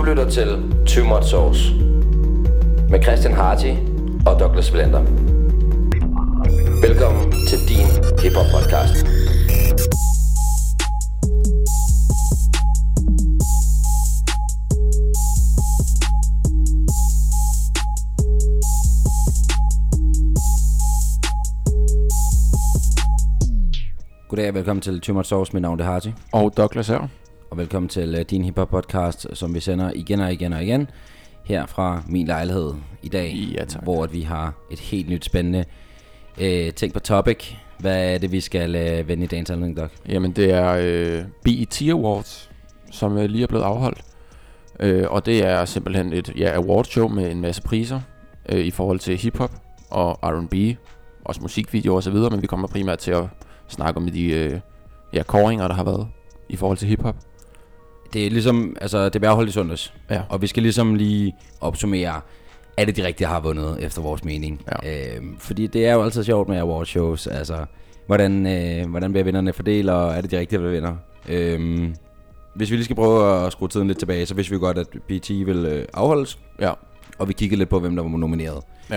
lytter til Too Much Sauce med Christian Harty og Douglas Blender. Velkommen til din hiphop podcast. Goddag og velkommen til Too Much Sauce. Mit navn er Harty. Og Douglas her. Og velkommen til din hiphop podcast, som vi sender igen og igen her fra min lejlighed i dag. Ja, tak. Hvor vi har et helt nyt spændende ting på topic. Hvad er det, vi skal vende i dagens anledning, Doc? Jamen det er BET Awards, som lige er blevet afholdt. Og det er simpelthen et awardshow med en masse priser i forhold til hiphop og R&B, også musikvideoer og så videre. Men vi kommer primært til at snakke om de kåringer, der har været i forhold til hiphop. Det er ligesom, altså det bliver afholdt i søndags. Ja. Og vi skal ligesom lige opsummere, er det de rigtige, der har vundet efter vores mening. Ja. Fordi det er jo altid sjovt med awardshows. Altså, hvordan bliver vinderne fordelt, og er det de rigtige, der vinder? Hvis vi lige skal prøve at skrue tiden lidt tilbage, så vidste vi godt, at BET vil afholdes. Ja. Og vi kiggede lidt på, hvem der var nomineret. Ja.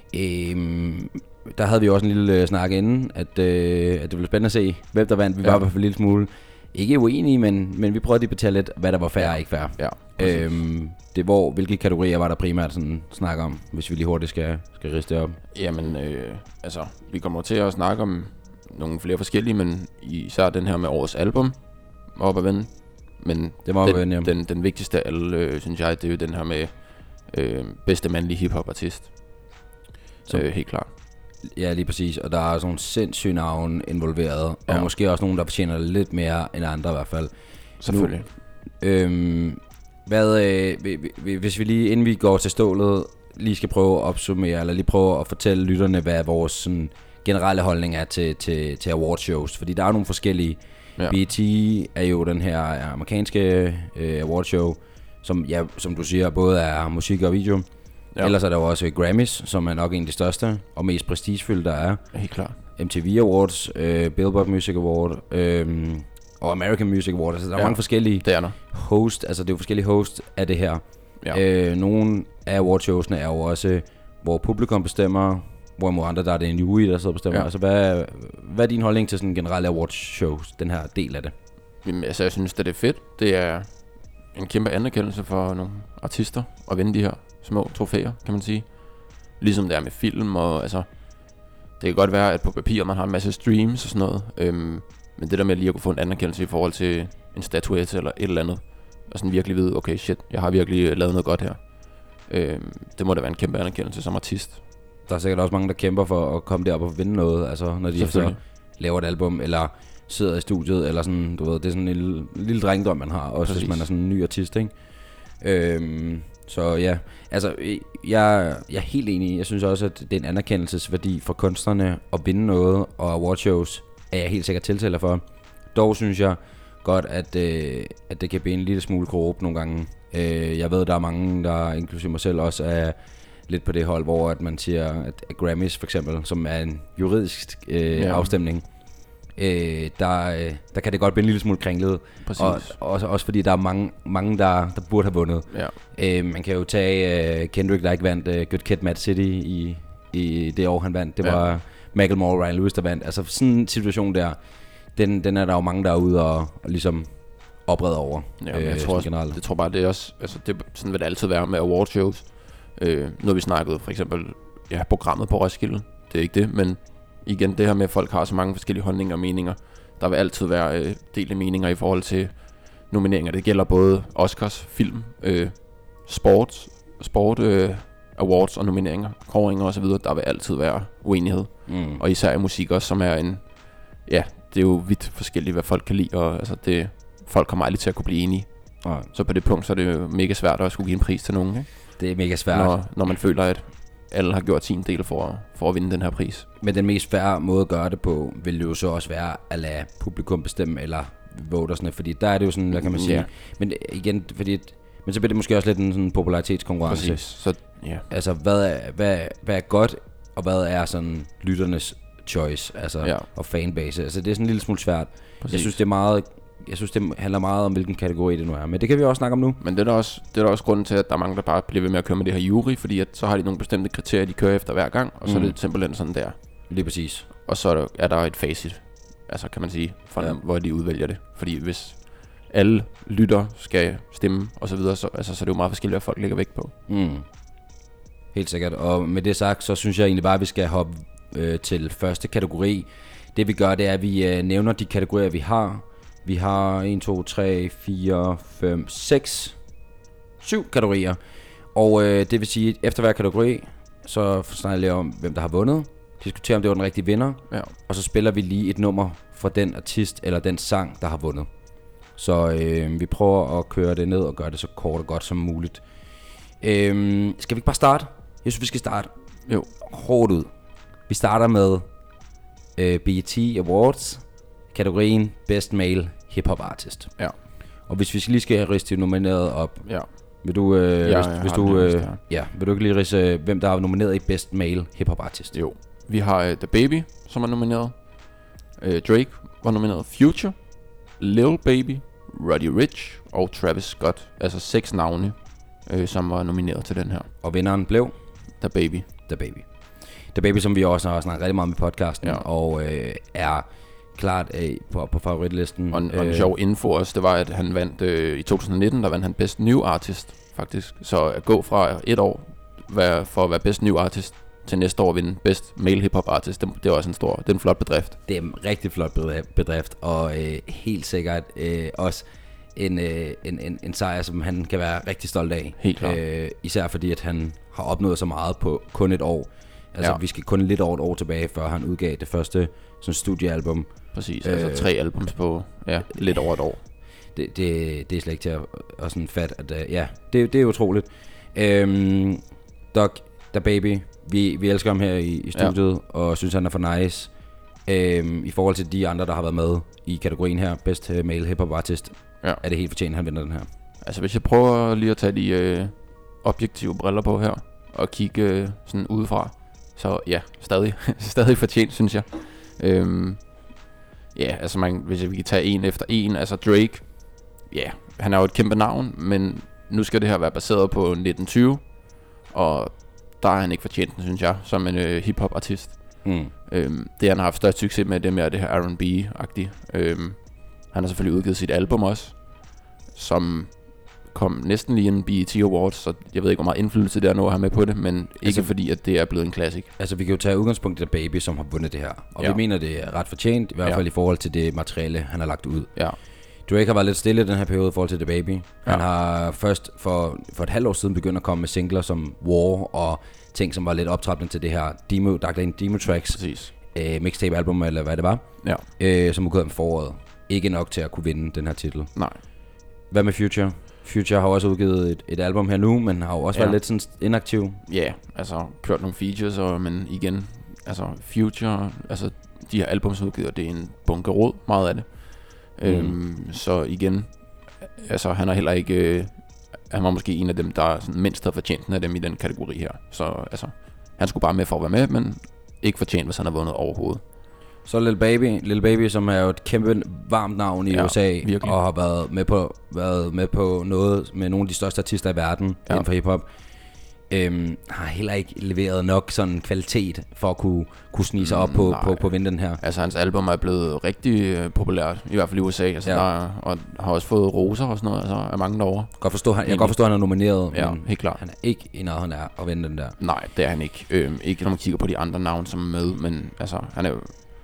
Der havde vi også en lille snak inden, at det ville spændende at se, hvem der vandt. Vi var i hvert fald en lille smule, ikke uenige, men vi prøvede at debattere lidt, hvad der var fair og ikke fair. Ja. Hvilke kategorier var der primært sådan snakke om, hvis vi lige hurtigt skal riste op? Jamen, vi kommer til at snakke om nogle flere forskellige, men især den her med årets album var op at vende. Men den vigtigste af alle, synes jeg, det er jo den her med bedste mandlige hiphop-artist. Så helt klart. Ja, lige præcis. Og der er sådan nogle sindssyge navne involveret, og måske også nogen, der fortjener lidt mere end andre i hvert fald. Selvfølgelig. Hvis vi lige, inden vi går til stålet, lige skal prøve at opsummere, eller lige prøve at fortælle lytterne, hvad vores sådan generelle holdning er til awardshows. Fordi der er nogle forskellige. Ja. BET er jo den her amerikanske awardshow, som du siger, både er musik og video. Ja. Ellers er der jo også Grammys, som er nok en af de største og mest prestigefyldte, der er. Helt klart. MTV Awards, Billboard Music Award og American Music Award. Altså, der er mange forskellige host, altså det er jo forskellige host af det her. Ja. Nogle af awardshowsene er jo også, hvor publikum bestemmer, hvorimod andre, der er det en jury, der sidder og bestemmer. Ja. Altså, hvad er din holdning til sådan generelle awardshows, den her del af det? Jamen, altså, jeg synes, det er fedt. Det er en kæmpe anerkendelse for nogle artister at vinde de her små trofæer, kan man sige. Ligesom det er med film, og altså, det kan godt være, at på papir man har en masse streams og sådan noget, men det der med lige at kunne få en anerkendelse i forhold til en statuette eller et eller andet, og sådan virkelig vide, okay shit, jeg har virkelig lavet noget godt her. Det må da være en kæmpe anerkendelse som artist. Der er sikkert også mange, der kæmper for at komme derop og vinde noget, altså når de så laver et album, eller sidder i studiet, eller sådan, du ved, det er sådan en lille drengdom, man har, også hvis man er sådan en ny artist, ikke? Så ja, altså jeg er helt enig. Jeg synes også, at det er en anerkendelsesværdi for kunstnerne at vinde noget, og awardshows er jeg helt sikkert tiltaler for. Dog synes jeg godt, at det kan blive en lille smule korrupt nogle gange. Jeg ved, der er mange, der inklusive mig selv også er lidt på det hold, hvor at man siger, at Grammys for eksempel, som er en juridisk afstemning, der kan det godt blive en lille smule kringlet. Og også fordi der er mange der burde have vundet. Ja. Man kan jo tage Kendrick, der ikke vandt Good Kid, Mad City i det år han vandt. Det var Macklemore og Ryan Lewis, der vandt. Altså sådan en situation der, den er der jo mange der er ude og ligesom oprede over. Ja, jeg tror bare det er også, altså det sådan vil det altid være med awardshows. Når vi snakkede for eksempel programmet på Roskilde, det er ikke det, men igen, det her med, at folk har så mange forskellige holdninger og meninger. Der vil altid være delte meninger i forhold til nomineringer. Det gælder både Oscars, film, sport, awards og nomineringer, kåringer osv. Der vil altid være uenighed. Og især i musik også, som er det er jo vidt forskelligt, hvad folk kan lide. Og altså folk kommer aldrig til at kunne blive enige. Så på det punkt, så er det jo mega svært at skulle give en pris til nogen, ikke? Det er mega svært. Når man føler, at alle har gjort sin del for at vinde den her pris. Men den mest fair måde at gøre det på, vil jo så også være at lade publikum bestemme, eller votersne, fordi der er det jo sådan, hvad kan man sige. Ja. Men igen, men så bliver det måske også lidt en sådan popularitetskonkurrence. Præcis. Så, altså, hvad er godt, og hvad er sådan lytternes choice, altså, og fanbase. Altså, det er sådan en lille smule svært. Præcis. Jeg synes, det er meget jeg synes, det handler meget om, hvilken kategori det nu er. Men det kan vi også snakke om nu. Men det er da også grunden til, at der er mange, der bare bliver ved med at køre med det her jury, fordi at så har de nogle bestemte kriterier, de kører efter hver gang, og så er det simpelthen sådan der. Lige præcis. Og så er der et facit, altså kan man sige, hvor de udvælger det. Fordi hvis alle lytter skal stemme og så videre, så er det jo meget forskelligt, hvad folk lægger vægt på. Helt sikkert. Og med det sagt, så synes jeg egentlig bare, at vi skal hoppe til første kategori. Det vi gør, det er, at vi nævner de kategorier, vi har. Vi har 1, 2, 3, 4, 5, 6, 7 kategorier. Og det vil sige, at efter hver kategori, så snakker jeg om, hvem der har vundet. Diskuterer, om det var den rigtige vinder. Ja. Og så spiller vi lige et nummer fra den artist eller den sang, der har vundet. Så vi prøver at køre det ned og gøre det så kort og godt som muligt. Skal vi ikke bare starte? Jeg synes, vi skal starte hårdt ud. Vi starter med BET Awards, kategorien Best Male Hip Hop Artist. Ja. Og hvis vi lige skal riste nomineret op, vil du vil du ikke lige riste, hvem der er nomineret i Best Male Hip Hop Artist? Jo. Vi har The Baby, som er nomineret. Drake var nomineret. Future, Lil Baby, Roddy Ricch og Travis Scott. Altså 6 navne, som var nomineret til den her. Og vinderen blev? The Baby. The Baby, som vi også har snakket rigtig meget med i podcasten, og er klart på favoritlisten. Og en sjov info også, det var, at han vandt i 2019, der vandt han Best New Artist, faktisk. Så at gå fra et år for at være Best New Artist til næste år at vinde Best Male Hip Hop Artist, det er også det er en flot bedrift. Det er en rigtig flot bedrift, og helt sikkert også en sejr, som han kan være rigtig stolt af. Helt klart. Især fordi, at han har opnået så meget på kun et år. Altså, vi skal kun lidt over et år tilbage, før han udgav det første sådan studiealbum. Præcis, altså 3 albums på lidt over et år. Det er slet ikke til at sådan fat, at det er utroligt. The Baby, vi elsker ham her i studiet, og synes han er for nice. I forhold til de andre, der har været med i kategorien her, Best Male Hip Hop Artist, er det helt fortjent, han vinder den her. Altså hvis jeg prøver lige at tage de objektive briller på her, og kigge sådan udefra, så stadig fortjent, synes jeg. Altså hvis vi kan tage en efter en, altså Drake, han er jo et kæmpe navn, men nu skal det her være baseret på 1920, og der er han ikke fortjent, synes jeg, som en hip-hop artist. Det han har haft størst succes med, det er det her R&B-agtige. Han har selvfølgelig udgivet sit album også, som kom næsten lige en BET Awards, så jeg ved ikke, hvor meget indflydelse det er nu at have med på det, men ikke fordi, at det er blevet en classic. Altså, vi kan jo tage udgangspunkt i The Baby, som har vundet det her, og vi mener, det er ret fortjent, i hvert fald i forhold til det materiale, han har lagt ud. Ja. Drake har været lidt stille i den her periode i forhold til The Baby. Han har først for et halvt år siden begyndt at komme med singler som War og ting, som var lidt optrappende til det her demo tracks, mixtape album, eller hvad det var, som udkom i foråret. Ikke nok til at kunne vinde den her titel. Nej. Hvad med Future? Future har også udgivet et album her nu, men har jo også været lidt sådan inaktiv. Ja, altså kørt nogle features, men igen, altså Future, altså de her albums udgivet, det er en bunke rod, meget af det. Så igen, altså han er heller ikke, han var måske en af dem, der er sådan mindst har fortjent af dem i den kategori her. Så altså, han skulle bare med for at være med, men ikke fortjent, hvis han har vundet overhovedet. Så Lil Baby, som er jo et kæmpe varmt navn i USA, virkelig. Og har været med på noget med nogle af de største artister i verden inden for hiphop, har heller ikke leveret nok sådan kvalitet for at kunne snige sig op på at vinde den her. Altså hans album er blevet rigtig populært, i hvert fald i USA, altså og har også fået roser og sådan noget, altså af mange derovre. Jeg kan godt forstå, at han er nomineret, men helt klart. Han er ikke i nærheden af at vinde den der. Nej, det er han ikke. Ikke når man kigger på de andre navne, som er med, men altså han er jo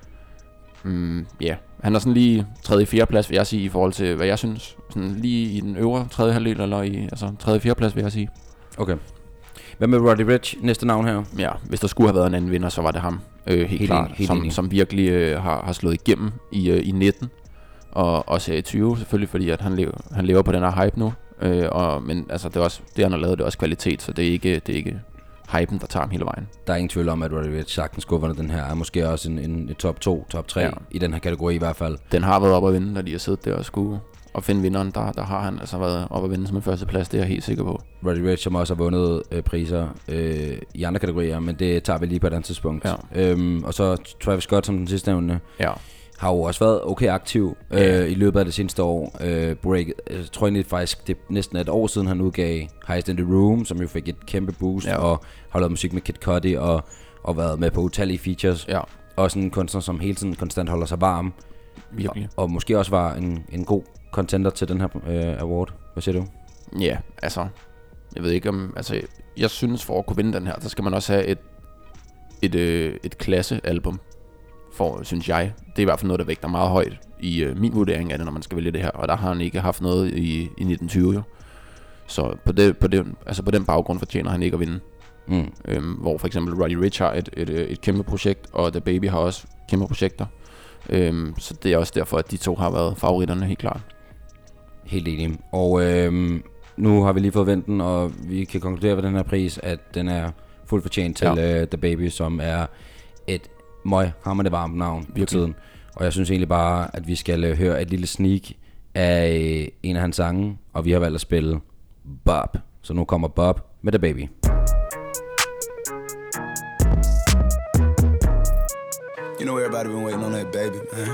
han er sådan lige 3. 4. plads, vil jeg sige, i forhold til, hvad jeg synes. Sådan lige i den øvre 3. halvdel, eller i 3. 4. plads, vil jeg sige. Okay. Hvad med Roddy Ricch, næste navn her? Ja, hvis der skulle have været en anden vinder, så var det ham. Helt klart, som virkelig har slået igennem i 19. Og også i 20, selvfølgelig, fordi at han lever på den her hype nu. Men altså, det han har lavet, det er også kvalitet, så det er ikke hypen, der tager ham hele vejen. Der er ingen tvivl om, at Roddy Ricch sagtens skulle vinde den her. Er måske også en top 2, top 3 i den her kategori i hvert fald. Den har været op at vinde, når de har siddet der og skulle og finde vinderen. Der har han altså været op at vinde som en første plads, det er jeg helt sikker på. Roddy Ricch, som også har vundet priser i andre kategorier, men det tager vi lige på et andet tidspunkt. Ja. Og så Travis Scott som den sidste nævnte. Ja. har jo også været okay aktiv i løbet af det seneste år. Jeg tror egentlig faktisk, det er næsten et år siden, han udgav Highest in the Room, som jo fik et kæmpe boost, og har lavet musik med Kid Cudi, og været med på utallige features. Ja. Og sådan en kunstner, som hele tiden konstant holder sig varm. Virkelig. Og måske også var en god contender til den her award. Hvad siger du? Ja, altså, jeg ved ikke om, altså, jeg synes for at kunne vinde den her, så skal man også have et klassealbum, synes jeg. Det er i hvert fald noget, der vægter meget højt i min vurdering af det, når man skal vælge det her. Og der har han ikke haft noget i 1920 jo. Så på den baggrund fortjener han ikke at vinde. Hvor for eksempel Roddy Ricch har et kæmpe projekt, og The Baby har også kæmpe projekter. Så det er også derfor, at de to har været favoritterne, helt klart. Helt enig. Og nu har vi lige fået vendt den, og vi kan konkludere ved den her pris, at den er fuldt fortjent til The Baby, som er et hamrende varmt navn på tiden. Og jeg synes egentlig bare, at vi skal høre et lille sneak af en af hans sange, og vi har valgt at spille Bob. Så nu kommer Bob med The Baby. You know everybody been waiting on that baby, man.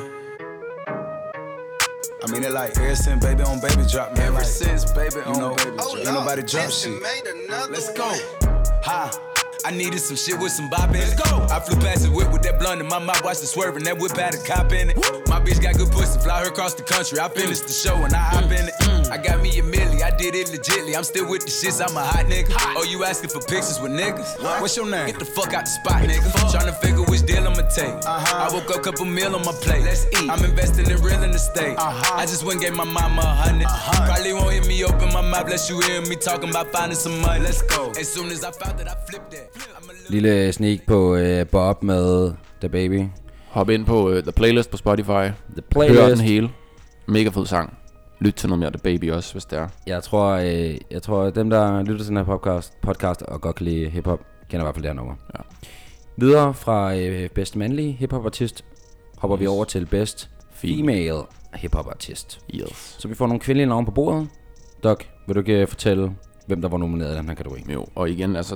I mean it like ever since baby on baby drop, man. Ever since baby on baby drop. Ain't nobody drop shit. Let's go. Ha. I needed some shit with some bop in it. Let's go. I flew past the whip with that blunt in my mouth, watched it swerving. That whip had a cop in it. My bitch got good pussy, fly her across the country. I finished the show and I hop in it. I got me a milli, I did it legitly. I'm still with the shits, I'm a hot nigga. Oh, you asking for pictures with niggas? What's your name? Get the fuck out the spot, nigga. Tryna figure which deal I'ma take. I woke up, couple meal on my plate. Let's eat. I'm investing in real estate. I just went and gave my mama 100. Probably won't hear me open my mouth, unless you hear me talking about finding some money. Let's go. As soon as I found that, I flipped that. Lille sneak på Bob med The Baby. Hop ind på The Playlist på Spotify. Hør den hele. Mega fed sang. Lyt til noget mere The Baby også, hvis det er. Jeg tror dem der lytter til den her podcast og godt kan lide hiphop, kender i hvert fald det her nummer. Ja. Videre fra bedste mandlige hiphop artist hopper vi over til best female hiphop artist. Yes. Så vi får nogle kvindelige navne på bordet. Doc, vil du ikke fortælle hvem der var nomineret i den her kategori? Jo, og igen, altså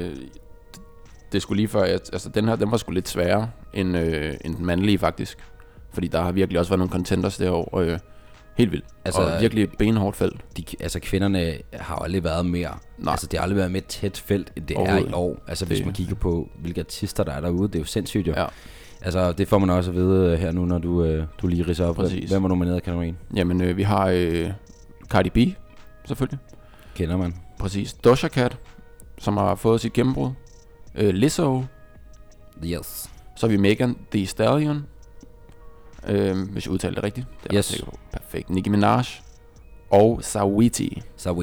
det skulle lige før, altså den var sgu lidt sværere end den mandlige faktisk. Fordi der har virkelig også været nogle contenders derovre, helt vildt. Altså, og virkelig et benhårdt felt. Kvinderne har aldrig været mere. Nej. Altså det har aldrig været mere tæt felt, end det er i år. Altså hvis man kigger på, hvilke artister der er derude, det er jo sindssygt jo. Ja. Altså det får man også at vide her nu, når du lige ridser op. Præcis. Hvem var nomineret i kategorien? Jamen vi har Cardi B, selvfølgelig. Kender man. Præcis. Doja Cat, som har fået sit gennembrud. Lizzo. Yes. Så har vi Megan Thee Stallion, hvis jeg udtaler det rigtigt. Det er yes. Perfekt. Nicki Minaj. Og Saweetie,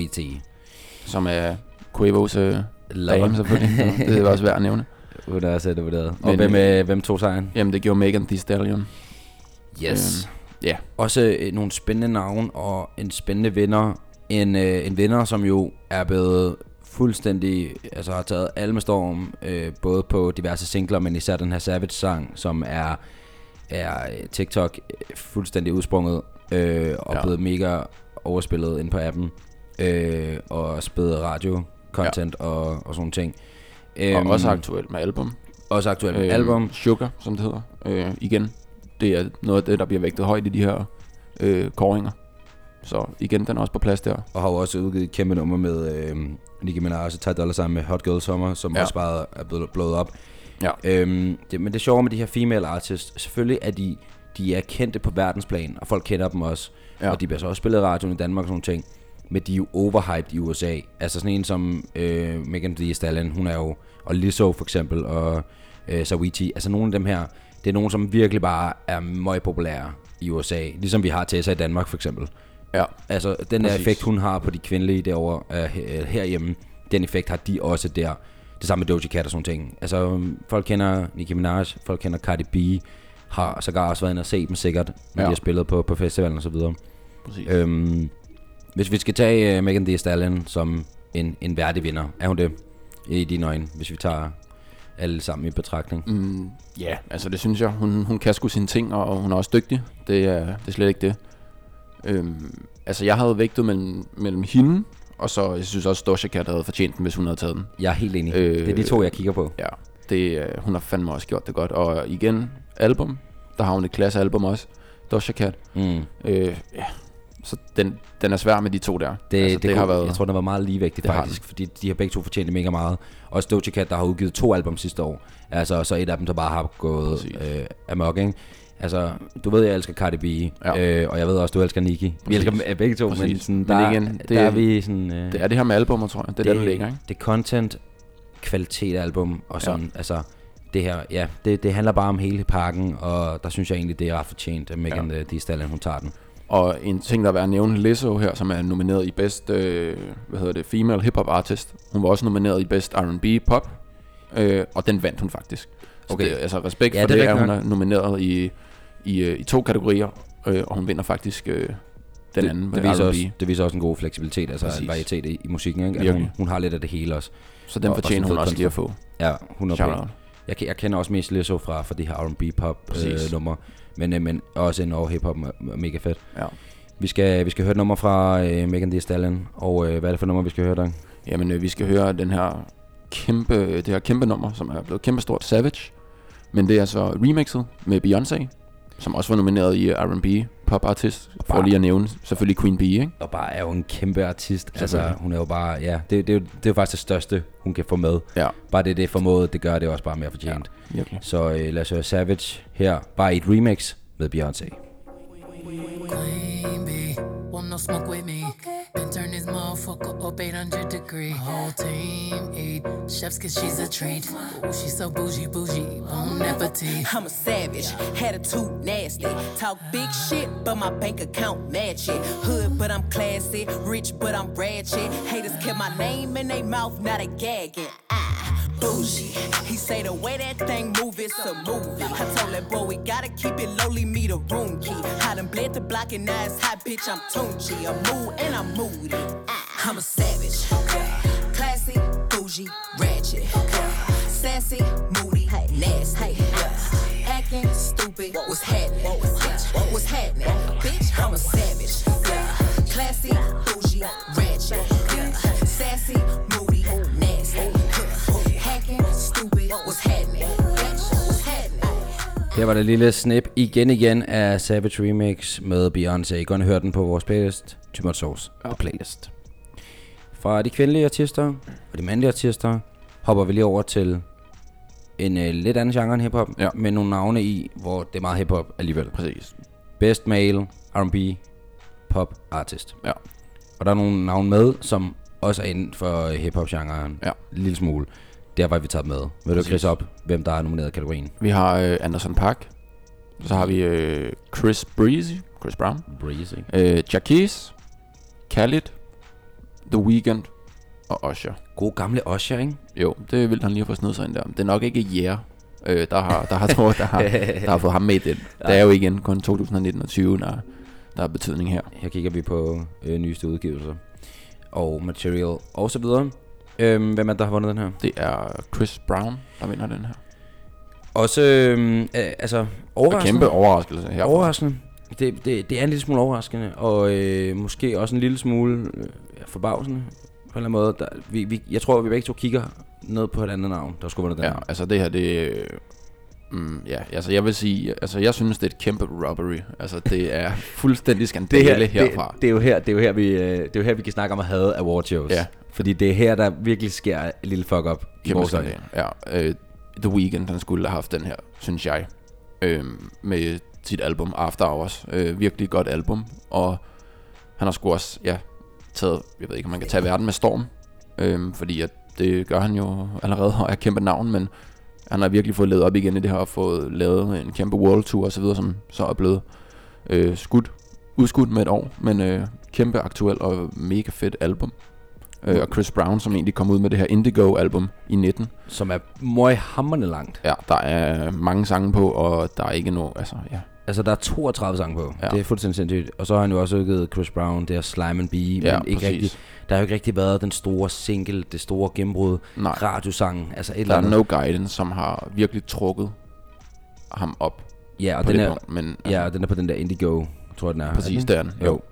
som er Quavos dame selvfølgelig. Det er også værd at nævne. Og hvem tog sejren? Jamen det gjorde Megan Thee Stallion. Yes. Yeah. Også nogle spændende navn og en spændende vinder. En vinder, som jo er blevet fuldstændig, altså har taget alle med storm, både på diverse singler, men især den her Savage sang, som er TikTok fuldstændig udsprunget, og blevet mega overspillet ind på appen, og spillet radio content og sådan nogle ting. Og også aktuelt med album. Sugar, som det hedder. Igen, det er noget af det, der bliver vægtet højt i de her kåringer. Så igen, den er også på plads der. Og har jo også udgivet et kæmpe nummer med Nicki Minaj og Ty Dolla sammen med Hot Girl Summer, som også bare er blevet blået op. Ja. Men det sjove med de her female artists, selvfølgelig er de er kendte på verdensplan, og folk kender dem også. Ja. Og de bliver så også spillet i radioen i Danmark og sådan nogle ting. Men de er jo overhyped i USA. Altså sådan en som Megan Thee Stallion, hun er jo, og Lizzo for eksempel, og Saweetie. Altså nogle af dem her, det er nogen, som virkelig bare er meget populære i USA. Ligesom vi har Tessa i Danmark for eksempel. Ja, altså den der effekt hun har på de kvindelige derovre herhjemme, den effekt har de også der. Det samme med Doja Cat og sådan ting. Altså folk kender Nicki Minaj, folk kender Cardi B, har sågar også været inde og se dem sikkert, når de har spillet på festivalen og så videre. Hvis vi skal tage Megan Thee Stallion som en værdig vinder, er hun det i dine øjne, hvis vi tager alle sammen i betragtning? Ja, altså det synes jeg. Hun kan sgu sine ting, og hun er også dygtig. Det er slet ikke det. Altså jeg havde vægtet mellem hende, og så jeg synes også Doja Cat havde fortjent den, hvis hun havde taget den. Jeg er helt enig. Det er de to, jeg kigger på. Ja, hun har fandme også gjort det godt. Og igen, album, der har hun et klassealbum også, Doja Cat. Så den er svær med de to der. Det har været, jeg tror, den var meget ligevægtig faktisk, fordi de har begge to fortjent det mega meget. Også Doja Cat, der har udgivet 2 album sidste år. Altså, så et af dem, der bare har gået amok, ikke? Altså, du ved, jeg elsker Cardi B, og jeg ved også, du elsker Nicki. Vi elsker dem begge to, men sådan, der er vi sådan... det er det her med albumer, tror jeg. Det er der ligger, ikke? Det er content, kvalitet album, og sådan, altså... Det her, det handler bare om hele pakken, og der synes jeg egentlig, det er ret fortjent, at Megan Thee Stallion, hun tager den. Og en ting, der er værd at nævne, Lizzo her, som er nomineret i Best Female Hip Hop Artist. Hun var også nomineret i Best R&B Pop, og den vandt hun faktisk. Okay. Det, altså respekt for det, at hun er nomineret i 2 kategorier, og hun vinder faktisk den anden med R&B. Det viser også en god fleksibilitet, altså en varietet i musikken, ikke? Altså, hun har lidt af det hele også. Så den fortjener hun også lige at få. Ja, 100%. Jeg kender også mest Lizzo fra de her R&B pop numre, men også en over hiphop mega fedt. Ja. Vi skal høre et nummer fra Megan Thee Stallion, og hvad er det for nummer vi skal høre der? Jamen vi skal høre det her kæmpe nummer, som er blevet kæmpestort, Savage, men det er så remixet med Beyoncé, som også var nomineret i R&B pop artist, for lige at nævne selvfølgelig Queen Bee, ikke? Og bare er jo en kæmpe artist. Altså hun er jo bare, det er jo faktisk det største hun kan få med. Ja. Bare det formåede, det gør det også bare mere fortjent. Ja, så lad os høre Savage her, bare i et remix med Beyoncé. No smoke with me. Been turn this motherfucker up 800 degrees. Whole team eat chefs cause she's a treat. Ooh, she's so bougie, bon appetit. I'm a savage, attitude nasty. Talk big shit, but my bank account match it. Hood, but I'm classy. Rich, but I'm ratchet. Haters kept my name in their mouth, not a gagging. Bougie. He say the way that thing move, it's a movie. I told that boy we gotta keep it lowly, me the room key. I done bled the block and now it's hot, bitch, I'm Tunchi. I'm mood and I'm moody. I'm a savage. Classy, bougie, ratchet. Sassy, moody, nasty. Acting stupid, what's happening? What's happening? Bitch, I'm a savage. Classy, bougie, ratchet. Sassy, moody, nasty. Her var det lille snip igen af Savage Remix med Beyoncé. I kan høre den på vores playlist, Too Much Sauce på playlist. Fra de kvindelige artister og de mandlige artister hopper vi lige over til en lidt anden genre end hiphop, med nogle navne i, hvor det er meget hiphop alligevel. Præcis. Best Male R&B Pop Artist. Ja. Og der er nogle navne med, som også er inden for hiphop-genren. Ja. En lille smule. Der var vi taget med. Vil du kridse op, hvem der er nomineret i kategorien? Vi har Anderson .Paak. Så har vi Chris Brown. Jacquees, Khalid, The Weeknd og Usher. God gamle Usher, ikke? Jo, det vil han lige få snedet sig ind der. Det er nok ikke der har fået ham med i den. Det er jo igen kun 2019 og 20, der er betydning her. Her kigger vi på nyeste udgivelser og material og så videre. Hvem er der har vundet den her? Det er Chris Brown, der vinder den her. Også altså overraskende. Kæmpe overraskelse herfra. Overraskende. Det er en lille smule overraskende, og måske også en lille smule forbavsende på en eller anden måde. Jeg tror, vi begge to kigger ned på et andet navn, der skulle vundet den her. Ja, altså det her, det... altså jeg vil sige, altså jeg synes det er et kæmpe robbery. Altså det er fuldstændig skandale herfra. Det er jo her vi kan snakke om at have awardshows. Ja. Fordi det er her der virkelig sker et lille fuck up i vores øjne. Ja, The Weeknd han skulle have haft den her, synes jeg, med sit album After Hours. Virkelig godt album, og han har sgu også taget, jeg ved ikke om man kan tage verden med storm, fordi at det gør han jo allerede og er kæmpe navn, men han har virkelig fået lavet op igen i det her og fået lavet en kæmpe world tour og så videre, som så er blevet udskudt med et år, men kæmpe aktuel og mega fedt album. Og Chris Brown, som egentlig kom ud med det her Indigo-album i 19. Som er meget hamrende langt. Ja, der er mange sange på, og der er ikke noget, Altså, der er 32 sange på. Ja. Det er fuldstændig sindssygt. Og så har han jo også udgivet Chris Brown, det er Slime and Bee, men ikke rigtig, der har jo ikke rigtig været den store single, det store gennembrud, radiosang, altså et eller andet. Der er No Guidance, som har virkelig trukket ham op. Ja, og den er, men, og den er på den der Indigo, tror jeg den er. Præcis, det er den. Jo.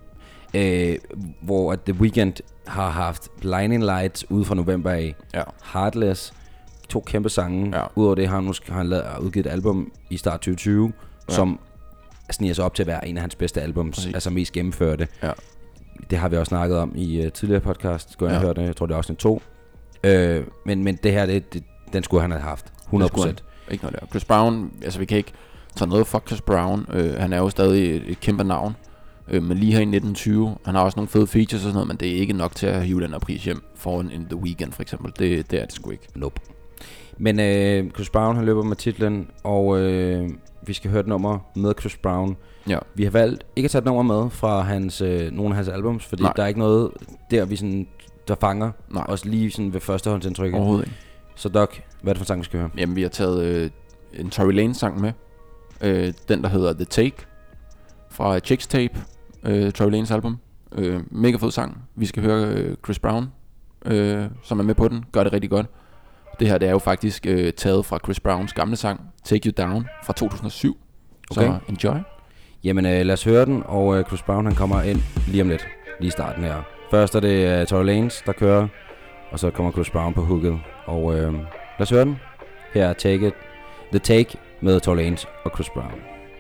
Hvor The Weeknd har haft Blinding Lights ude fra november af, Heartless, 2 kæmpe sange. Udover det har han udgivet et album i start 2020, som sniger sig op til at være en af hans bedste albums, Præcis. altså mest gennemførte. Ja. Det har vi også snakket om i tidligere podcast, skulle jeg høre det, jeg tror det er også en 2. Men det her, den skulle han have haft, 100%. Ikke noget der. Chris Brown, altså vi kan ikke tage noget for Chris Brown, han er jo stadig et kæmpe navn. Men lige her i 1920, han har også nogle fede features og sådan noget, men det er ikke nok til at hive den her pris hjem foran en The Weeknd for eksempel. Det er det sgu ikke. Nope. Men Chris Brown, han løber med titlen, og vi skal høre et nummer med Chris Brown. Ja. Vi har valgt ikke at tage et nummer med fra nogle af hans albums, fordi der er ikke noget der, vi sådan, der fanger os lige sådan ved førstehåndsindtrykket. Overhovedet ikke. Så Doc, hvad er det for en sang, vi skal høre? Jamen, vi har taget en Tory Lanez sang med. Den, der hedder The Take fra Chicks Tape, Tory Lanez album. Mega fed sang. Vi skal høre Chris Brown, som er med på den. Gør det rigtig godt. Det her, det er jo faktisk taget fra Chris Browns gamle sang Take You Down fra 2007. Okay. Så enjoy. Jamen lad os høre den, og Chris Brown han kommer ind lige om lidt, lige i starten her. Først er det Tory Lanez, der kører, og så kommer Chris Brown på hooket. Og lad os høre den. Her er The Take med Tory Lanez og Chris Brown.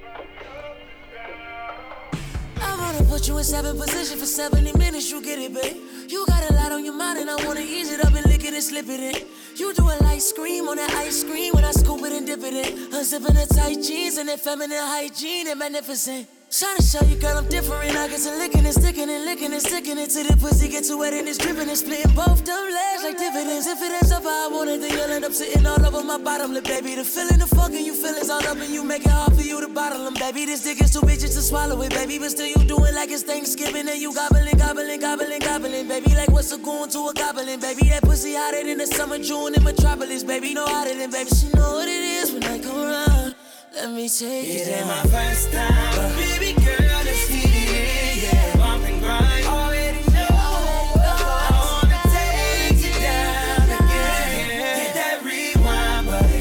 Put you in 7 position for 70 minutes, you get it, babe. You got a lot on your mind and I wanna ease it up and lick it and slip it in. You do a light scream on that ice cream when I scoop it and dip it in. Unzipping the tight jeans and that feminine hygiene and magnificent. Trying to show you, girl, I'm different. I get to licking and sticking and licking and sticking it till the pussy get too wet and it's dripping and splitting both them legs like dividends. If it ends up how I want it, then you'll end up sitting all over my bottom lip, baby. The feeling, the fucking you feel is all up and you make it hard for you to bottle them, baby. This dick is too bitches to swallow it, baby. But still you do it like it's Thanksgiving and you gobbling, gobbling, gobbling, gobbling, baby. Like what's a goon to a goblin, baby. That pussy hotter than the summer June in Metropolis, baby. No hotter than, baby. She know what it is when I come around. Let me take it down. It ain't my first time, but baby girl, let's get it in, yeah. Bump and grind, already know. I wanna take you down again. Hit that rewind button.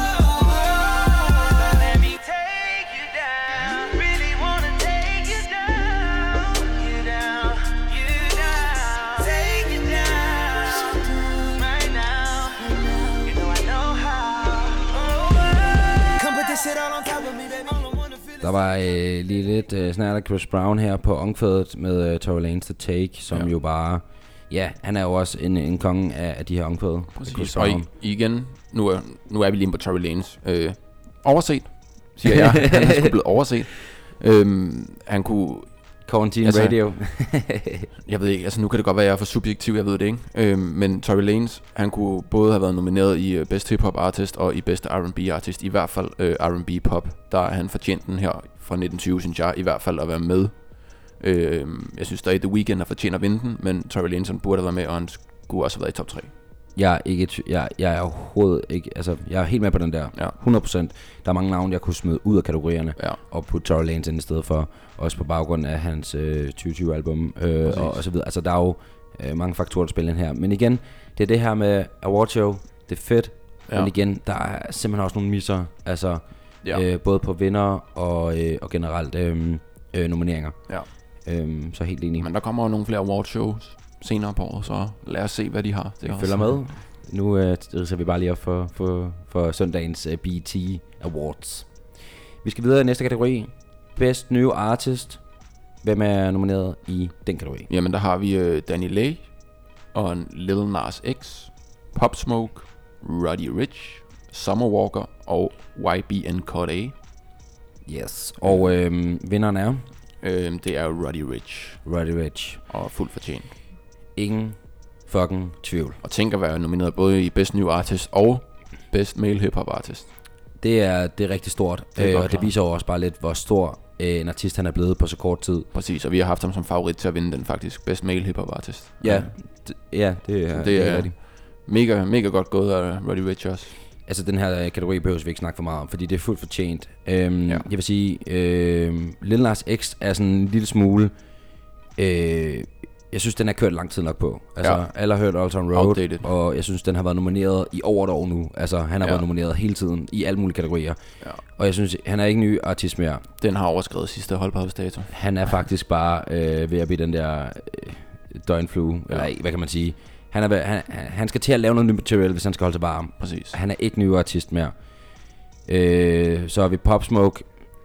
Let me take you down. Really wanna take you down, you down, you down. Take you down right now. You know I know how. Come put this shit all on top of me, baby. Der var lige lidt snart af Chris Brown her på omkvædet med Tory Lanez The Take, som jo bare... Ja, han er jo også en konge af de her omkvæd. Præcis, og igen, nu er vi lige på Tory Lanez. Overset, siger jeg. Han er sgu blevet overset. Han kunne... Quarantine Radio. Jeg ved ikke, altså nu kan det godt være, at jeg er for subjektiv, jeg ved det ikke. Men Tory Lanez, han kunne både have været nomineret i Best Hip Hop Artist og i Best R&B Artist. I hvert fald R&B Pop, der er han fortjent den her fra 1920, synes jeg, i hvert fald at være med. Jeg synes stadig, The Weeknd har fortjent at vinde den, men Tory Lanez burde have været med, og han skulle også have været i top 3. Jeg er overhovedet ikke, altså jeg er helt med på den der, 100%. Der er mange navne, jeg kunne smide ud af kategorierne og putte Tory Lanez ind i stedet for, også på baggrund af hans 2020 album og så videre. Altså der er jo mange faktorer, der spiller ind her. Men igen, det er det her med awardshow, det er fedt, men igen, der er simpelthen også nogle misser, altså både på vinder og generelt nomineringer. Så helt enig. Men der kommer jo nogle flere awardshows senere på året, så lad os se, hvad de har. Vi følger med. Nu ridser vi bare lige op for søndagens BET Awards. Vi skal videre i næste kategori. Best New Artist. Hvem er nomineret i den kategori? Jamen, der har vi Danny Lay og Lil Nas X, Pop Smoke, Roddy Ricch, Summer Walker og YBN Cordae. Yes. Og vinderen er? Det er Roddy Ricch. Roddy Ricch. Og fuldt fortjent. Ingen fucking tvivl. Og tænker at være nomineret både i Best New Artist og Best Male Hip Hop Artist. Det er rigtig stort. Og det viser også bare lidt, hvor stor en artist han er blevet på så kort tid. Præcis, og vi har haft ham som favorit til at vinde den faktisk. Best Male Hip Hop Artist. Ja, det er rigtigt. Mega godt gået af Roddy Ricch også. Altså den her kategori behøver vi ikke snakke for meget om, fordi det er fuldt fortjent. Jeg vil sige, Lil Nas X er sådan en lille smule... jeg synes, den er kørt lang tid nok på. Altså, alle har hørt Old Town Road, outdated. Og jeg synes, den har været nomineret i over et år nu. Altså, han har været nomineret hele tiden i alle mulige kategorier. Og jeg synes, han er ikke ny artist mere. Den har overskredet sidste holdbarhedsdato. Han er faktisk bare ved at blive den der døgnflue, eller hvad kan man sige. Han skal til at lave noget nyt material, hvis han skal holde sig varm. Præcis. Han er ikke ny artist mere. Så har vi Pop Smoke.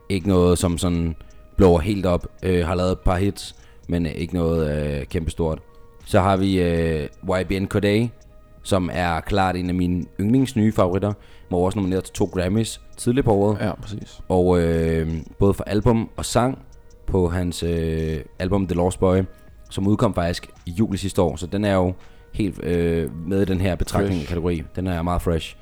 Ikke noget, som sådan blower helt op. Har lavet et par hits, men ikke noget kæmpestort. Så har vi YBN Cordae, som er klart en af mine yndlingsnye favoritter. Var også nomineret til 2 Grammys tidligere på året. Ja, præcis. Og både for album og sang på hans album The Lost Boy, som udkom faktisk i juli sidste år. Så den er jo helt med i den her betragtning-kategori. Den er meget fresh.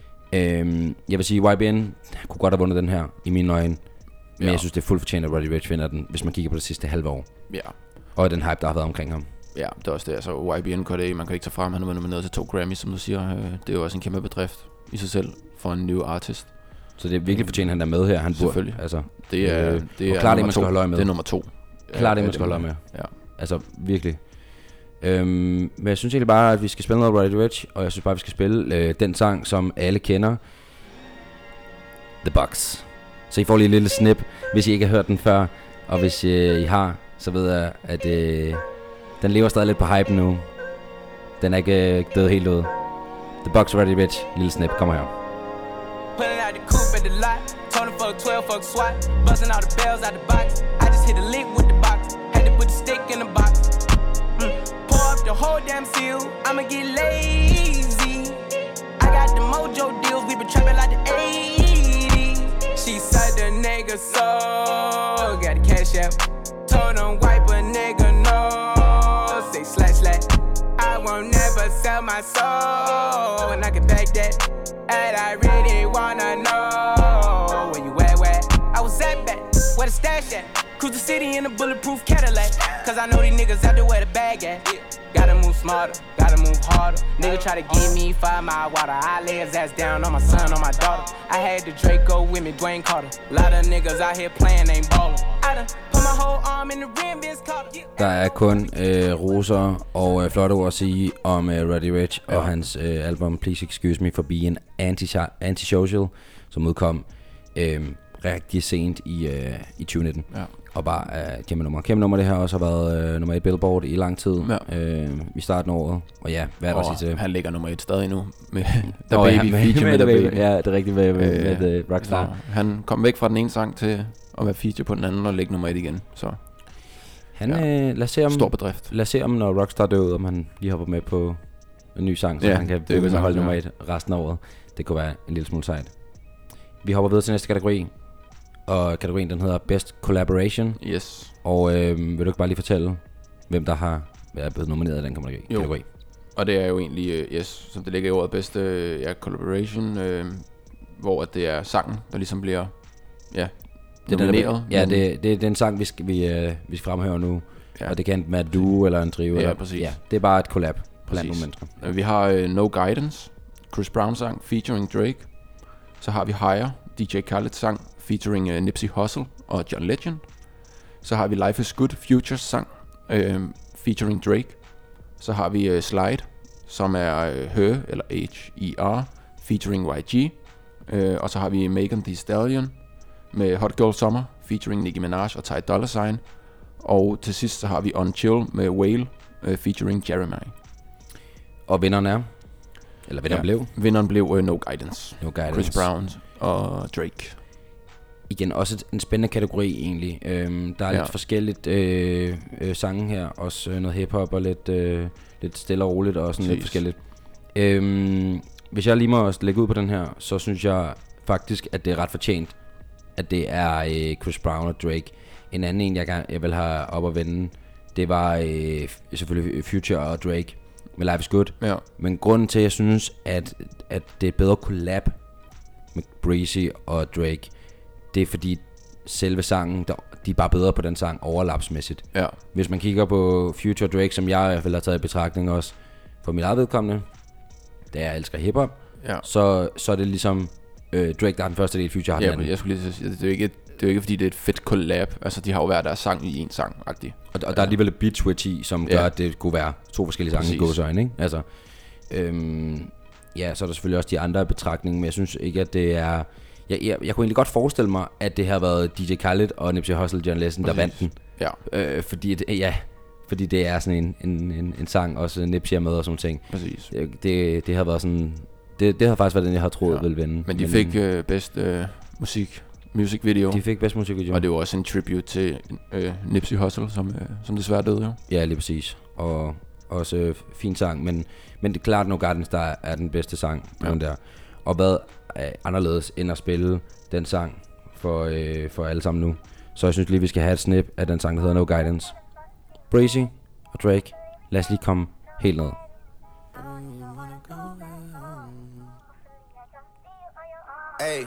Jeg vil sige, YBN kunne godt have vundet den her i mine øjne. Men jeg synes, det er fuldt fortjent, at Roddy Ricch vinder den, hvis man kigger på det sidste halve år. Ja. Og den hype, der har været omkring ham. Ja, det er også det. Altså YBN Cordae, man kan ikke tage frem, han er nomineret til 2 Grammys, som du siger. Det er jo også en kæmpe bedrift i sig selv for en ny artist. Så det er virkelig fortjent, han er med her. Han selvfølgelig. Altså, det er klart det, man skal holde øje med. Det er nummer 2. Klart det, man skal holde øje med. Ja. Altså, virkelig. Men jeg synes egentlig bare, at vi skal spille noget Roddy Ricch, og jeg synes bare, at vi skal spille den sang, som alle kender. The Box. Så I får lige et lille snip, hvis I ikke har hørt den før. Og hvis I har, så ved jeg, at den lever stadig lidt på hype nu. Den er ikke død helt ud. The Box, Roddy Ricch. Lille snip, kommer her. Pulling out the coupe at the lot. Told him fuck 12, fuck SWAT. Busting all the bells out the box. I just hit a lick with the box. Had to put the stick in the box. Pour up the whole damn seal. I'ma get lazy. I got the mojo deals. We been trapping like the 80s. She said the nigga so. Got the cash out. Told him wipe a nigga no. Say slash slash. I won't never sell my soul. And I can back that. And I really wanna know where you at. I was at back, where the stash at. Cruise the city in a bulletproof Cadillac. Cause I know these niggas out there where the bag at. Gotta move smarter, gotta move harder. Nigga try to give me 5 mile water. I lay his ass down on my son, on my daughter. I had the Draco with me, Dwayne Carter. Lot of niggas out here playing, ain't ballin'. I done put my whole arm in the rim, Vince Carter. Der er kun roser og flotte ord at sige om Roddy Ricch og hans album Please Excuse Me for Being Antisocial, som udkom rigtig sent i 2019. Ja. Og bare kæmpe nummer. Kæmpe nummer, det her også har været nummer 1 Billboard i lang tid. Ja. I starten af året. Og ja, hvad er der at sige til? Han ligger nummer 1 stadig nu. Med The Baby feature med The Baby. Ja, det er rigtigt med The Rockstar. Så han kom væk fra den ene sang til at være feature på den anden og ligge nummer 1 igen. Så lad os se om, stor bedrift. Lad os se om, når Rockstar dør ud, om han lige hopper med på en ny sang, så han kan begynde at holde nummer 1 resten af året. Det kunne være en lille smule sejt. Vi hopper videre til næste kategori. Og kategorien, den hedder Best Collaboration. Yes. Og vil du ikke bare lige fortælle, hvem der har været blevet nomineret i den kategori? Og det er jo egentlig, som det ligger i ordet, bedste collaboration, hvor det er sangen, der ligesom bliver nomineret. Det er den sang, vi skal fremhæve nu. Ja. Og det kan enten være et duo eller en trio. Ja, præcis. Ja, det er bare et collab blandt nogle mennesker. Vi har No Guidance, Chris Brown sang featuring Drake. Så har vi Higher, DJ Khaled sang featuring Nipsey Hussle og John Legend. Så har vi Life is Good, Futures sang featuring Drake. Så har vi Slide, som er Her, eller H-E-R, featuring YG. Og så har vi Megan Thee Stallion med Hot Girl Summer, featuring Nicki Minaj og Ty Dolla $ign. Og til sidst så har vi On Chill med Whale, featuring Jeremiah. Og vinderen er? Eller vinderen blev? Vinderen blev No Guidance. No Guidance. Chris Brown og Drake. Igen, også en spændende kategori egentlig. Der er lidt forskelligt sange her. Også noget hiphop og lidt stille og roligt og sådan lidt forskelligt. Hvis jeg lige må lægge ud på den her, så synes jeg faktisk, at det er ret fortjent, at det er Chris Brown og Drake. En anden en, jeg vil have op at vende, det var selvfølgelig Future og Drake med Life is Good. Ja. Men grunden til, at jeg synes, at det er bedre collab med Breezy og Drake, det er fordi selve sangen, de er bare bedre på den sang overlapsmæssigt. Ja. Hvis man kigger på Future Drake, som jeg i hvert fald har taget i betragtning også for mit eget vedkommende, da jeg elsker hiphop, så er det ligesom Drake, der har den første del, Future har den anden. Jeg skulle lige sige, det er jo ikke fordi det er et fedt collab. Altså de har jo hver deres sang i en sang-agtig. Og der er alligevel et beat switch i, som gør, at det kunne være 2 forskellige sange i gåseøjne, ikke? Altså, så er der selvfølgelig også de andre betragtninger, men jeg synes ikke, at det er... Jeg kunne egentlig godt forestille mig, at det har været DJ Khaled og Nipsey Hussle og John Legend, der vandt den. Ja. Fordi det er sådan en sang, også Nipsey er med og sådan ting. Præcis. Det har været sådan... Det har faktisk været den, jeg har troet ville vinde. Men de fik bedste musik Music Video. De fik bedste musikvideo. Og det var også en tribute til Nipsey Hussle, som desværre døde jo. Ja, lige præcis. Og også fin sang, men det er klart, No Guidance, der er den bedste sang. Ja. Der. Og hvad er anderledes end at spille den sang for alle sammen nu. Så jeg synes lige, vi skal have et snip af den sang, der hedder No Guidance. Breezy og Drake, lad os lige komme helt ned. Hey.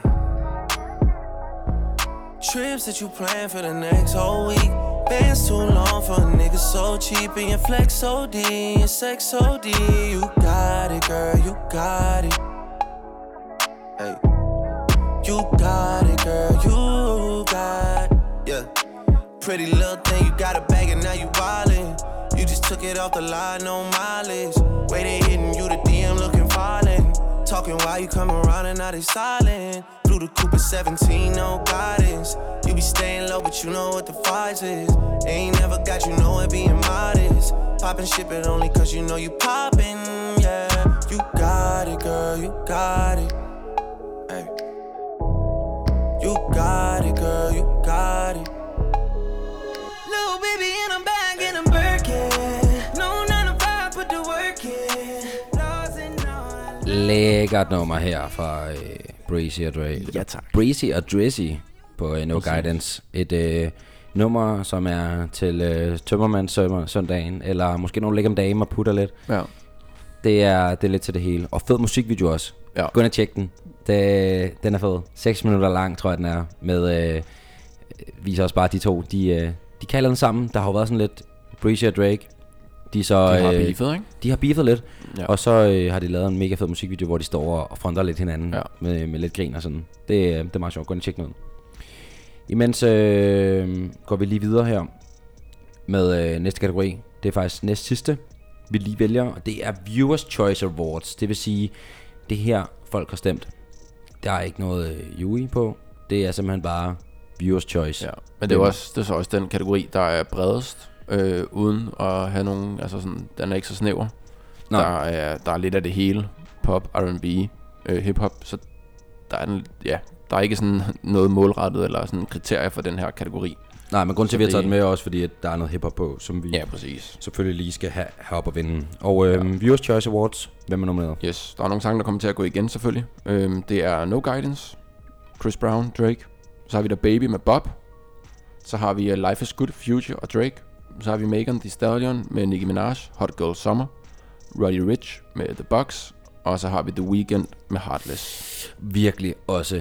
Trips that you plan for the next whole week. Bands too long for a nigga so cheap. And your flex OD, your sex OD. You got it, girl, you got it. Hey. You got it, girl, you got it. Yeah. Pretty little thing, you got a bag and now you wildin'. You just took it off the line, no mileage. Way they hitting you, the DM looking violent. Talking while you come around and now they silent. Blew the coupe at 17, no guidance. You be staying low, but you know what the price is. Ain't never got you know it being modest. Poppin' shit, but only cause you know you poppin', yeah. You got it, girl, you got it. Hey. You got it, girl, you got it. Little baby and I'm back in a Birkin. No 9 to 5, put the work in. Lækkert nummer her fra Breezy og Drake. Ja, tak. Breezy og Drizzy på No Guidance. Et nummer, som er til tømmermandssøndagen, eller måske nogle lækker dame og putter lidt. Ja. Det er lidt til det hele. Og fed musikvideo også. Ja. Gå ind og tjek den. Den er fed. 6 minutter lang, tror jeg, den er. Med viser også bare de to. De kalder den sammen. Der har jo været sådan lidt Breezy og Drake. De har beefet, ikke? De har beefet lidt, ja. Og så har de lavet en mega fed musikvideo, hvor de står og fronter lidt hinanden, ja. med lidt grin og sådan. Det er meget sjovt. Gå ind og tjek noget. Imens går vi lige videre her med næste kategori. Det er faktisk næst sidste, vi lige vælger, og det er Viewers Choice Awards. Det vil sige, det her folk har stemt. Der er ikke noget jury på. Det er simpelthen bare Viewers Choice. Ja. Men det er så også den kategori, der er bredest. Uden at have nogen, altså sådan, den er ikke så snæver. Der er lidt af det hele. Pop, R&B, hip-hop. Så der er ikke sådan noget målrettet eller sådan kriterier for den her kategori. Nej, men grund til, at vi har taget den med også, fordi at der er noget hip-hop på, som vi præcis. Selvfølgelig lige skal have op og vinde. Og Viewers Choice Awards, hvem er nomineret? Yes, der er nogle sange, der kommer til at gå igen selvfølgelig. Det er No Guidance, Chris Brown, Drake. Så har vi der Baby med Bob. Så har vi Life is Good, Future og Drake. Så har vi Megan Thee Stallion med Nicki Minaj, Hot Girl Summer. Roddy Ricch med The Box. Og så har vi The Weeknd med Heartless. Virkelig også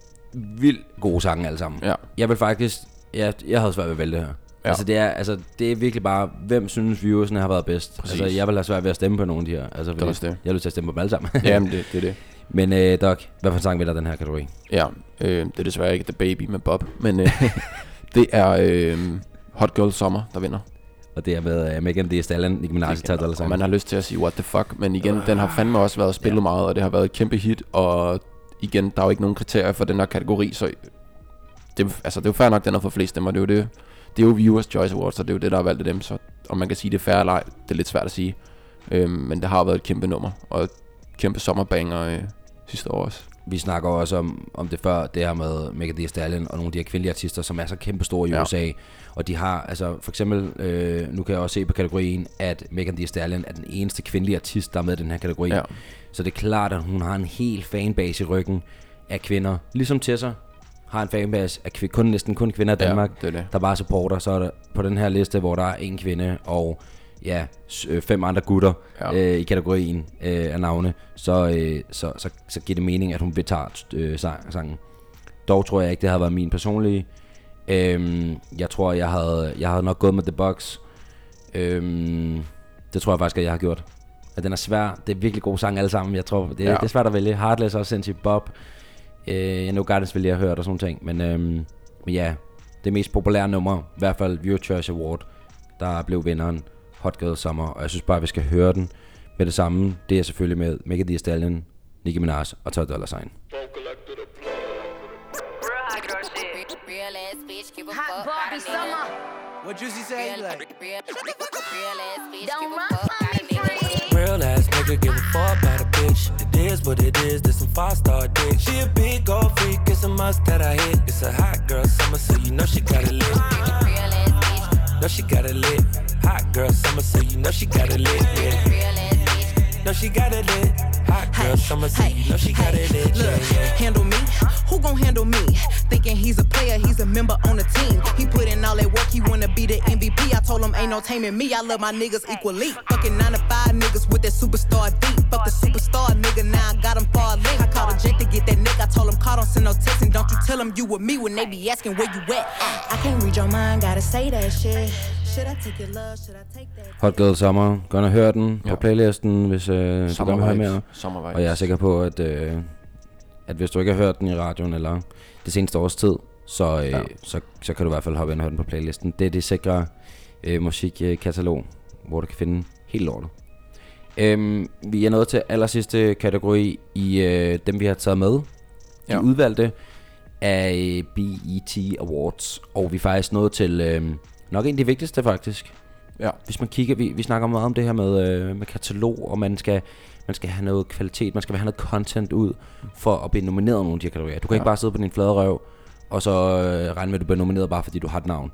vildt gode sange alle sammen. Ja. Jeg vil faktisk, jeg havde svært ved at vælge det her. Ja. Det er virkelig bare, hvem synes viewersne har været bedst. Præcis. Altså, jeg vil have svært ved at stemme på nogle af de her. Altså, fordi det. Jeg vil til at stemme på dem alle sammen. Jamen, det er det. Men Doc, hvad for en sang vil der den her kategori? Ja, det er desværre ikke The Baby med Bob, men det er Hot Girl Summer, der vinder. Og det er med Megan Thee Stallion, Nicki Minaj og man har lyst til at sige what the fuck, men igen, den har fandme også været spillet meget, og det har været et kæmpe hit, og igen, der er jo ikke nogen kriterier for den her kategori, så det er jo fair nok, den har fået flest stemmer, det er jo Viewers Choice Awards, så det er jo det, der har valgt af dem, så om man kan sige det er fair eller ej, det er lidt svært at sige, men det har været et kæmpe nummer, og et kæmpe sommerbanger sidste år også. Vi snakker også om det før, det her med Megan Thee Stallion og nogle af de her kvindelige artister, som er så kæmpe store i USA. Og de har, altså for eksempel, nu kan jeg også se på kategorien, at Megan Thee Stallion er den eneste kvindelige artist, der er med i den her kategori. Ja. Så det er klart, at hun har en hel fanbase i ryggen af kvinder. Ligesom Tessa har en fanbase af næsten kun kvinder i Danmark, der bare supporter. Så er der på den her liste, hvor der er en kvinde og 5 andre gutter i kategorien af navne, så giver det mening, at hun vil tage sangen. Dog tror jeg ikke, det havde været min personlige. Jeg tror, jeg havde nok gået med The Box. Det tror jeg faktisk, at jeg har gjort. At den er svær. Det er virkelig gode sange alle sammen. Jeg tror, det er svært at vælge. Heartless også sindssygt. Bob. No Guidance ville jeg have hørt og sådan ting. Men ja, det mest populære nummer, i hvert fald Viewer Choice Award, der blev vinderen Hot Girl Summer, og jeg synes bare, at vi skal høre den med det samme. Det er selvfølgelig med Megan Thee Stallion, Nicki Minaj og $12 Sign. Hot Barbie Summer. What Juicy say? Like, Don't run from me, free. real ass nigga, give a fuck about a bitch. It is what it is, this some 5-star dick. She a big gold freak, it's a must that I hit. It's a hot girl summer, so you know she got it lit. Know she got it lit. Hot girl summer, so you know she got it lit. Yeah. Know she got it lit. Hot girl summer, so you know she got it lit. Look, handle me? Who gon' handle me? Thinking he's a player, he's a member on the team. He put in all that work, he wanna be the MVP. I told him ain't no taming me, I love my niggas equally. Fucking 9 to 5 niggas with that superstar deep. Fuck the superstar nigga, now I got him far link. I called a jet to get that nigga, I told him call, don't send no text. And don't you tell him you with me when they be asking where you at. I can't read your mind, gotta say that shit. Hot Girl Summer. Gå og hør den på playlisten, hvis du gerne vil høre mere. Og jeg er sikker på, at hvis du ikke har hørt den i radioen eller det seneste års tid, så kan du i hvert fald hoppe ind og høre den på playlisten. Det er det sikre musikkatalog, hvor du kan finde helt lortet. Vi er nået til allersidste kategori i dem, vi har taget med. De udvalgte af BET Awards. Og vi er faktisk nået til... nok en af de vigtigste faktisk. Ja. Hvis man kigger, vi snakker meget om det her med katalog, og man skal have noget kvalitet, man skal have noget content ud for at blive nomineret nogle af de her kategorier. Du kan ikke bare sidde på din flade røv og så regne med at du bliver nomineret bare fordi du har et navn.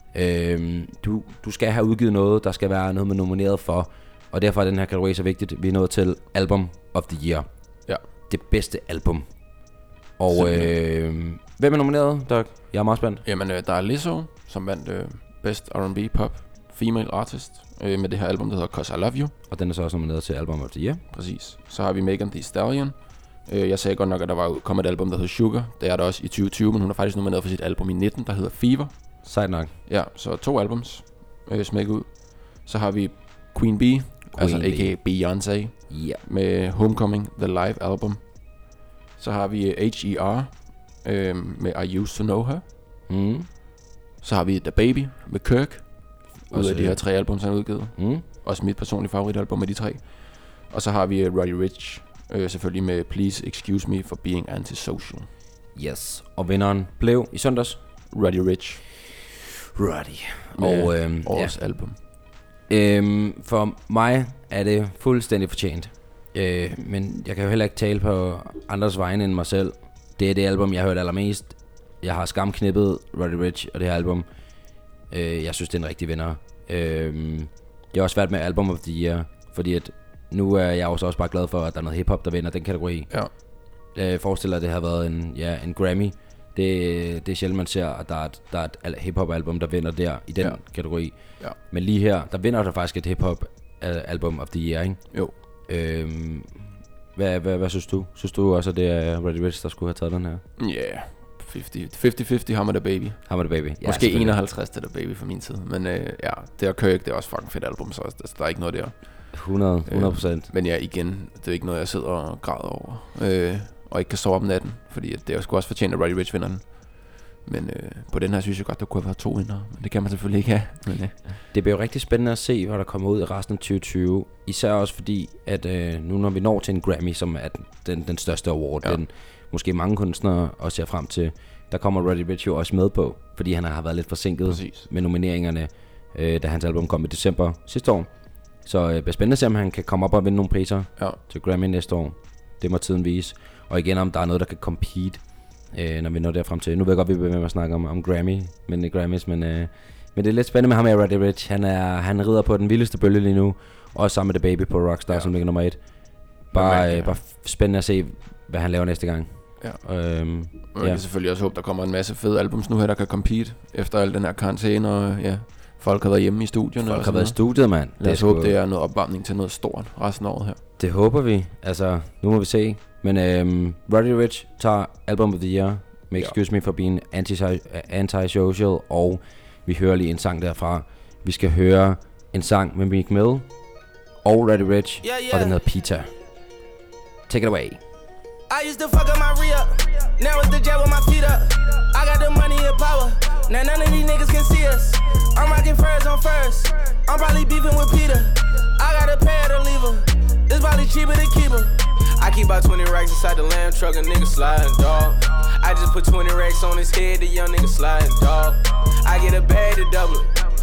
Du skal have udgivet noget, der skal være noget med nomineret for, og derfor er den her kategori så vigtigt. Vi er nået til Album of the Year. Ja. Det bedste album. Og hvem er nomineret, Doug? Jeg er meget spændt. Jamen der er Lizzo, som vandt Best R&B Pop Female Artist med det her album, der hedder 'Cause I Love You'. Og den er så også nomineret til Album of the Year. Præcis. Så har vi Megan Thee Stallion. Jeg sagde godt nok, at der var kommet et album, der hedder Sugar. Det er der også i 2020, men hun er faktisk nomineret for sit album i 19, der hedder Fever. Sejt nok. Ja, så 2 albums smækket ud. Så har vi Queen Bee, altså a.k.a. Beyoncé, med Homecoming, The Live Album. Så har vi H.E.R. Med I Used To Know Her. Så har vi The Baby med Kirk. Ud af de her 3 album, han har udgivet. Også mit personlige favoritalbum med de 3. Og så har vi Roddy Ricch, selvfølgelig med Please Excuse Me for Being Antisocial. Yes, og vinderen blev i søndags Roddy Ricch. Roddy. Og årets album. For mig er det fuldstændig fortjent. Men jeg kan jo heller ikke tale på andres vegne end mig selv. Det er det album, jeg har hørt allermest. Jeg har skamknippet Roddy Ricch og det her album. Jeg synes, det er en rigtig vinder. Jeg har også været med Album of the Year, fordi at nu er jeg også bare glad for, at der er noget hiphop, der vinder den kategori. Ja. Jeg forestiller, at det har været en Grammy. Det er sjældent, man ser, at der er et hiphop-album, der vinder der i den kategori. Ja. Men lige her, der vinder der faktisk et hiphop-album of the Year, ikke? Jo. Hvad synes du? Synes du også, at det er Roddy Ricch, der skulle have taget den her? Ja, 50-50 Hammer the Baby. Hammer the Baby. Ja, måske 51 til The Baby fra min tid. Men det er Kirk, det er også fucking fedt album, så der er ikke noget der. 100%. Men ja, igen, det er ikke noget, jeg sidder og græder over. Og ikke kan sove om natten, fordi det er sgu også fortjent, at Roddy Ricch vinder den. Men på den her synes jeg godt, der kunne have været 2 vinder. Men det kan man selvfølgelig ikke have. Men, det bliver jo rigtig spændende at se, hvad der kommer ud i resten af 2020. Især også fordi, at nu når vi når til en Grammy, som er den største award, den måske mange kunstnere også ser frem til, der kommer Roddy Ricch jo også med på, fordi han har været lidt forsinket med nomineringerne, da hans album kom i december sidste år. Så det bliver spændende at se, om han kan komme op og vinde nogle priser til Grammy næste år. Det må tiden vise. Og igen, om der er noget, der kan compete, når vi når derfrem til. Nu ved jeg godt, vi bliver med at snakke om Grammys, men det er lidt spændende med ham her, Roddy Ricch. Han rider på den vildeste bølge lige nu, også sammen med The Baby på Rockstar, som ligger nummer 1. Bare spændende at se, hvad han laver næste gang. Ja. Og jeg kan selvfølgelig også håbe, der kommer en masse fede albums nu her, der kan compete efter al den her karantæne, og folk har været hjemme i studierne. Folk har været i studiet, mand. Lad os håbe, det er noget opvarmning til noget stort resten af året her. Det håber vi. Altså, nu må vi se. Men Roddy Ricch tager Album of the Year med Excuse Me for Being Antisocial, og vi hører lige en sang derfra. Vi skal høre en sang med Meek Mill og Roddy Ricch, og den hedder Pita. Take it away. I used to fuck up my re-up, now it's the jet with my feet up. I got the money and power, now none of these niggas can see us. I'm rocking furs on first, I'm probably beefing with Peter. I gotta pay her to leave her, it's probably cheaper to keep her. I keep about 20 racks inside the lamb truck, a nigga sliding, dog. I just put 20 racks on his head, the young nigga sliding, dog. I get a bag to double it,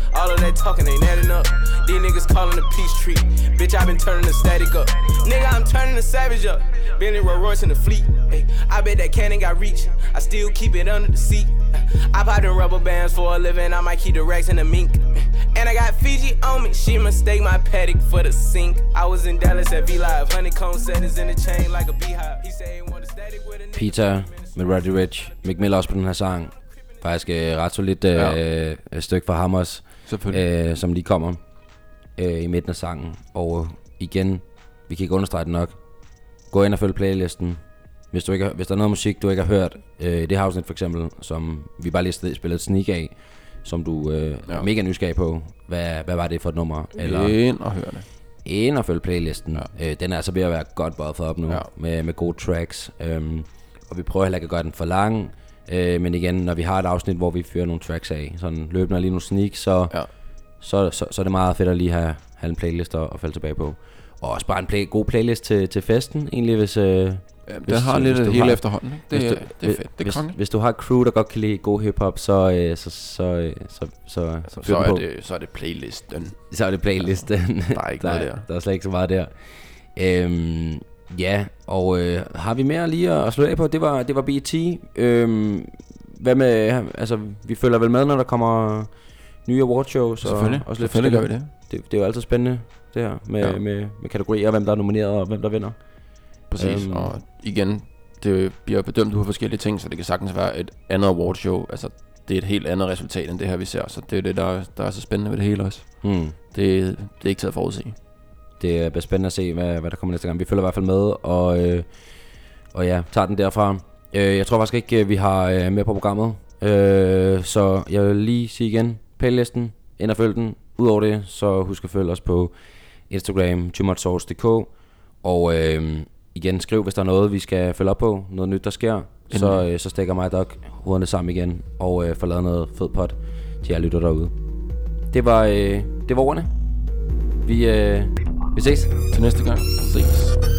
All of that talking ain't adding up. These niggas calling the peace tree. Bitch, I been turning the static up. Nigga, I'm turning the savage up. Bentley Rolls Royce in the fleet. Ay, I bet that cannon got reach. I still keep it under the seat. I pop them rubber bands for a living. I might keep the racks in the mink. And I got Fiji on me. She mistake my paddock for the sink. I was in Dallas at V-Live. Honeycomb settings in the chain like a beehive. He said he want a static with a nigga. Peter med Roddy Ricch. Mick Miller også på den her sang. Faktisk ret solidt stykke fra ham også. Som lige kommer i midten af sangen. Og igen, vi kan ikke understrege det nok. Gå ind og følg playlisten. Hvis der er noget musik, du ikke har hørt, det her afsnit for eksempel, som vi bare lige spillede Sneak af, som du er mega nysgerrig på, hvad var det for et nummer? Eller ind og hør det. Ind og følg playlisten. Den er altså ved at være godt buffet op nu, med gode tracks. Og vi prøver heller ikke at gøre den for lang. Men igen, når vi har et afsnit, hvor vi fyrer nogle tracks af, sådan løbende og lige nogle sneak, så er det meget fedt at lige have en playlist at falde tilbage på. Og også bare en god playlist til festen, egentlig, hvis... det har lidt hele efterhånden, ikke? Det er fedt, det er kongen. Hvis du har et crew, der godt kan lide god hiphop, så er det playlisten. Så er det playlisten. Der er ikke noget der. Der er slet ikke så meget der. Ja, og har vi mere lige at slå af på? Det var BET. Hvad med, altså vi følger vel med, når der kommer nye awardshows. Selvfølgelig gør vi det. Det er jo altid spændende, det her, med kategorier, hvem der er nomineret og hvem der vinder. Præcis, og igen, det bliver bedømt ud af forskellige ting, så det kan sagtens være et andet awardshow. Altså, det er et helt andet resultat, end det her, vi ser. Så det er det, der er så spændende ved det hele også. Det er ikke til at forudse. Det er spændende at se, hvad der kommer næste gang. Vi følger i hvert fald med, og ja, tager den derfra. Jeg tror faktisk ikke, vi har mere på programmet. Så jeg vil lige sige igen, playlisten, ind og følg den. Udover det, så husk at følge os på Instagram, tomuchsauce.dk. Og igen, skriv, hvis der er noget, vi skal følge op på, noget nyt, der sker. Så stikker mig og Doc hovederne sammen igen, og får lavet noget fed pot til jer lytter derude. Det var ordene. Vi ses. Til næste gang. Ses.